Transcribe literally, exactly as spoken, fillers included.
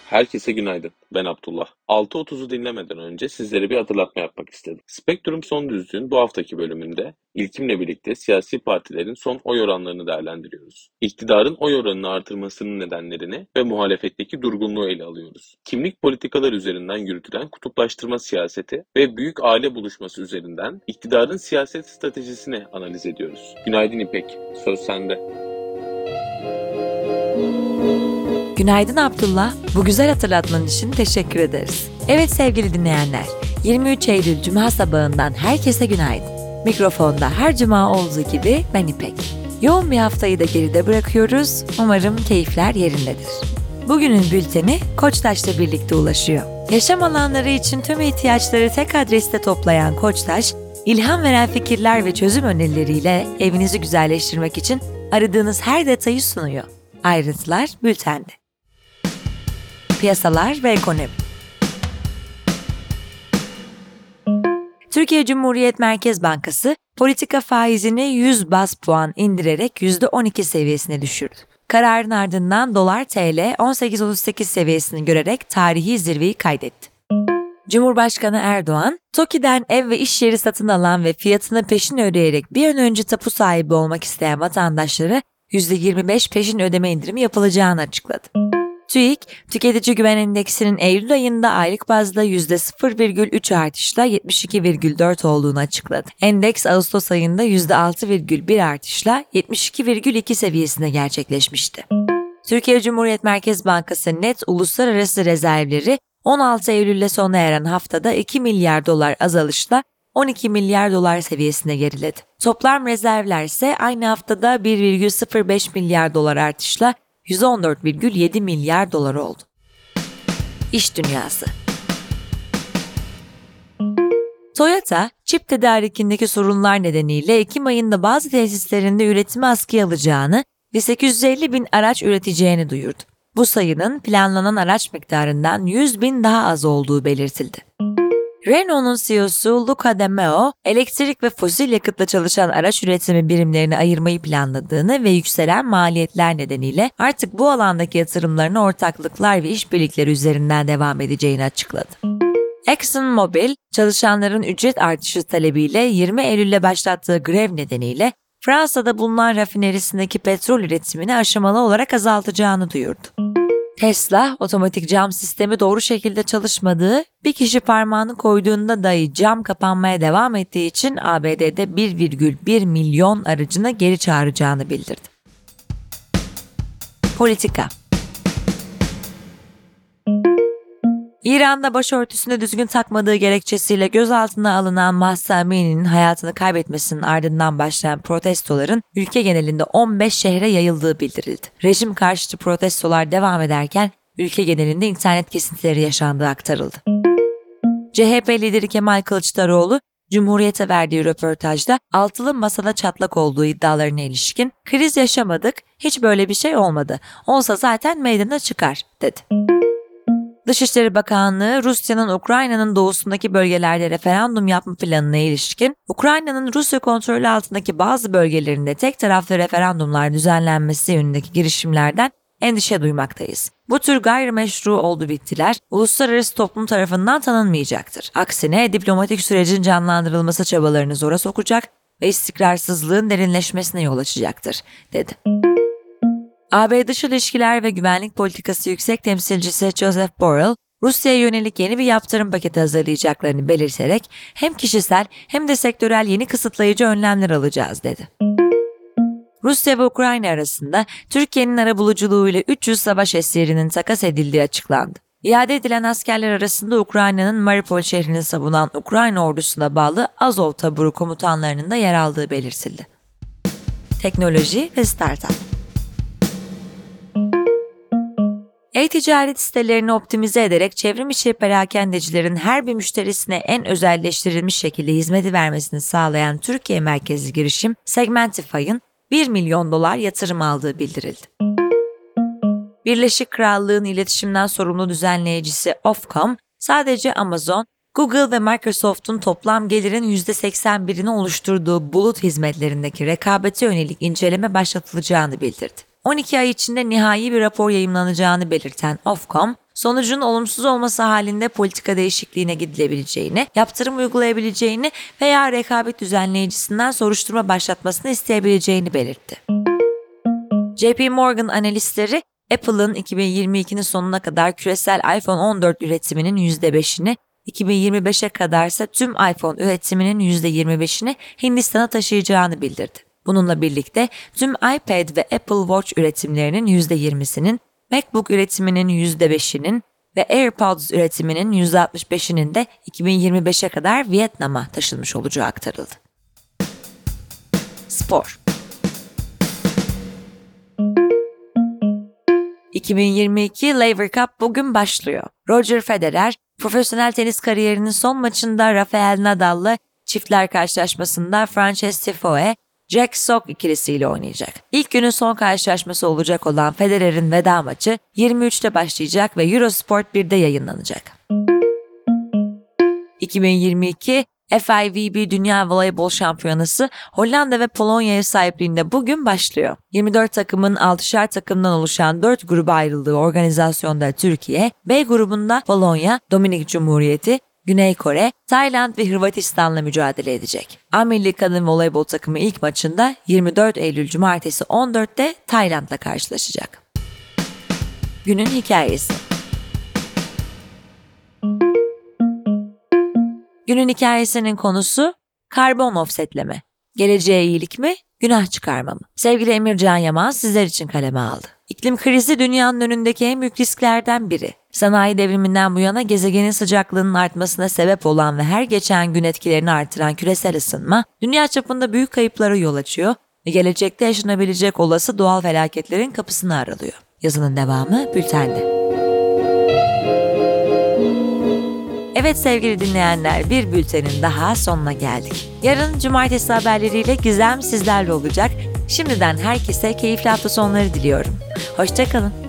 Herkese günaydın. Ben Abdullah. altı otuzu dinlemeden önce sizlere bir hatırlatma yapmak istedim. Spektrum Son Düzlüğün bu haftaki bölümünde İlkim'le birlikte siyasi partilerin son oy oranlarını değerlendiriyoruz. İktidarın oy oranını artırmasının nedenlerini ve muhalefetteki durgunluğu ele alıyoruz. Kimlik politikalar üzerinden yürütülen kutuplaştırma siyaseti ve büyük aile buluşması üzerinden iktidarın siyaset stratejisini analiz ediyoruz. Günaydın İpek, söz sende. Günaydın Abdullah. Bu güzel hatırlatman için teşekkür ederiz. Evet sevgili dinleyenler, yirmi üç Eylül Cuma sabahından herkese günaydın. Mikrofonda her cuma olduğu gibi ben İpek. Yoğun bir haftayı da geride bırakıyoruz. Umarım keyifler yerindedir. Bugünün bülteni Koçtaş'la birlikte ulaşıyor. Yaşam alanları için tüm ihtiyaçları tek adreste toplayan Koçtaş, ilham veren fikirler ve çözüm önerileriyle evinizi güzelleştirmek için aradığınız her detayı sunuyor. Ayrıntılar bültende. Piyasalar ve ekonomi. Türkiye Cumhuriyet Merkez Bankası politika faizini yüz baz puan indirerek yüzde on iki seviyesine düşürdü. Kararın ardından dolar T L on sekiz otuz sekiz seviyesini görerek tarihi zirveyi kaydetti. Cumhurbaşkanı Erdoğan, TOKİ'den ev ve iş yeri satın alan ve fiyatını peşin ödeyerek bir an önce tapu sahibi olmak isteyen vatandaşlara yüzde yirmi beş peşin ödeme indirimi yapılacağını açıkladı. TÜİK, Tüketici Güven Endeksinin Eylül ayında aylık bazda yüzde sıfır virgül üç artışla yetmiş iki virgül dört olduğunu açıkladı. Endeks Ağustos ayında yüzde altı virgül bir artışla yetmiş iki virgül iki seviyesinde gerçekleşmişti. Türkiye Cumhuriyet Merkez Bankası net uluslararası rezervleri on altı Eylül'le sona eren haftada iki milyar dolar azalışla on iki milyar dolar seviyesine geriledi. Toplam rezervler ise aynı haftada bir virgül sıfır beş milyar dolar artışla yüz on dört virgül yedi milyar dolar oldu. İş dünyası. Toyota, çip tedarikindeki sorunlar nedeniyle Ekim ayında bazı tesislerinde üretimi askıya alacağını ve sekiz yüz elli bin araç üreteceğini duyurdu. Bu sayının planlanan araç miktarından yüz bin daha az olduğu belirtildi. Renault'un C E O'su Luca De Meo, elektrik ve fosil yakıtla çalışan araç üretimi birimlerini ayırmayı planladığını ve yükselen maliyetler nedeniyle artık bu alandaki yatırımlarına ortaklıklar ve işbirlikleri üzerinden devam edeceğini açıkladı. ExxonMobil, çalışanların ücret artışı talebiyle yirmi Eylül'le başlattığı grev nedeniyle Fransa'da bulunan rafinerisindeki petrol üretimini aşamalı olarak azaltacağını duyurdu. Tesla, otomatik cam sistemi doğru şekilde çalışmadığı, bir kişi parmağını koyduğunda dahi cam kapanmaya devam ettiği için A B D'de bir virgül bir milyon aracını geri çağıracağını bildirdi. Politika. İran'da başörtüsünü düzgün takmadığı gerekçesiyle gözaltına alınan Mahsa Amini'nin hayatını kaybetmesinin ardından başlayan protestoların ülke genelinde on beş şehre yayıldığı bildirildi. Rejim karşıtı protestolar devam ederken ülke genelinde internet kesintileri yaşandığı aktarıldı. C H P lideri Kemal Kılıçdaroğlu, Cumhuriyet'e verdiği röportajda altılı masada çatlak olduğu iddialarına ilişkin "Kriz yaşamadık, hiç böyle bir şey olmadı. Olsa zaten meydana çıkar," dedi. Dışişleri Bakanlığı, Rusya'nın Ukrayna'nın doğusundaki bölgelerde referandum yapma planına ilişkin, Ukrayna'nın Rusya kontrolü altındaki bazı bölgelerinde tek taraflı referandumlar düzenlenmesi yönündeki girişimlerden endişe duymaktayız. Bu tür gayrimeşru oldu bittiler, uluslararası toplum tarafından tanınmayacaktır. Aksine diplomatik sürecin canlandırılması çabalarını zora sokacak ve istikrarsızlığın derinleşmesine yol açacaktır, dedi. A B Dış İlişkiler ve Güvenlik Politikası Yüksek Temsilcisi Joseph Borrell, Rusya'ya yönelik yeni bir yaptırım paketi hazırlayacaklarını belirterek hem kişisel hem de sektörel yeni kısıtlayıcı önlemler alacağız, dedi. Rusya ve Ukrayna arasında Türkiye'nin arabuluculuğuyla üç yüz savaş esirinin takas edildiği açıklandı. İade edilen askerler arasında Ukrayna'nın Mariupol şehrini savunan Ukrayna ordusuna bağlı Azov taburu komutanlarının da yer aldığı belirtildi. Teknoloji ve startup. E-ticaret sitelerini optimize ederek çevrim içi perakendecilerin her bir müşterisine en özelleştirilmiş şekilde hizmeti vermesini sağlayan Türkiye merkezli girişim Segmentify'ın bir milyon dolar yatırım aldığı bildirildi. Birleşik Krallık'ın iletişimden sorumlu düzenleyicisi Ofcom, sadece Amazon, Google ve Microsoft'un toplam gelirin yüzde seksen birini oluşturduğu bulut hizmetlerindeki rekabete yönelik inceleme başlatılacağını bildirdi. on iki ay içinde nihai bir rapor yayımlanacağını belirten Ofcom, sonucun olumsuz olması halinde politika değişikliğine gidilebileceğini, yaptırım uygulayabileceğini veya rekabet düzenleyicisinden soruşturma başlatmasını isteyebileceğini belirtti. J P Morgan analistleri, Apple'ın iki bin yirmi ikinin sonuna kadar küresel iPhone on dört üretiminin yüzde beşini, iki bin yirmi beşe kadarsa tüm iPhone üretiminin yüzde yirmi beşini Hindistan'a taşıyacağını bildirdi. Bununla birlikte tüm iPad ve Apple Watch üretimlerinin yüzde yirmisinin, MacBook üretiminin yüzde beşinin ve AirPods üretiminin yüzde altmış beşinin de iki bin yirmi beşe kadar Vietnam'a taşınmış olacağı aktarıldı. Spor. iki bin yirmi iki Laver Cup bugün başlıyor. Roger Federer, profesyonel tenis kariyerinin son maçında Rafael Nadal'la çiftler karşılaşmasında Frances Tiafoe, Jack Sock ikilisiyle oynayacak. İlk günün son karşılaşması olacak olan Federer'in veda maçı yirmi üçte başlayacak ve Eurosport birde yayınlanacak. iki bin yirmi iki F I V B Dünya Voleybol Şampiyonası Hollanda ve Polonya ev sahipliğinde bugün başlıyor. yirmi dört takımın altışar takımdan oluşan dört gruba ayrıldığı organizasyonda Türkiye, B grubunda Polonya, Dominik Cumhuriyeti, Güney Kore, Tayland ve Hırvatistan'la mücadele edecek. A Milli Kadın Voleybol takımı ilk maçında yirmi dört Eylül Cumartesi on dörtte Tayland'la karşılaşacak. Günün hikayesi. Günün hikayesinin konusu karbon offsetleme. Geleceğe iyilik mi, günah çıkarma mı? Sevgili Emircan Yaman sizler için kaleme aldı. İklim krizi dünyanın önündeki en büyük risklerden biri. Sanayi devriminden bu yana gezegenin sıcaklığının artmasına sebep olan ve her geçen gün etkilerini artıran küresel ısınma, dünya çapında büyük kayıplara yol açıyor ve gelecekte yaşanabilecek olası doğal felaketlerin kapısını aralıyor. Yazının devamı bültende. Evet sevgili dinleyenler, bir bültenin daha sonuna geldik. Yarın cumartesi haberleriyle Gizem sizlerle olacak. Şimdiden herkese keyifli hafta sonları diliyorum. Hoşça kalın.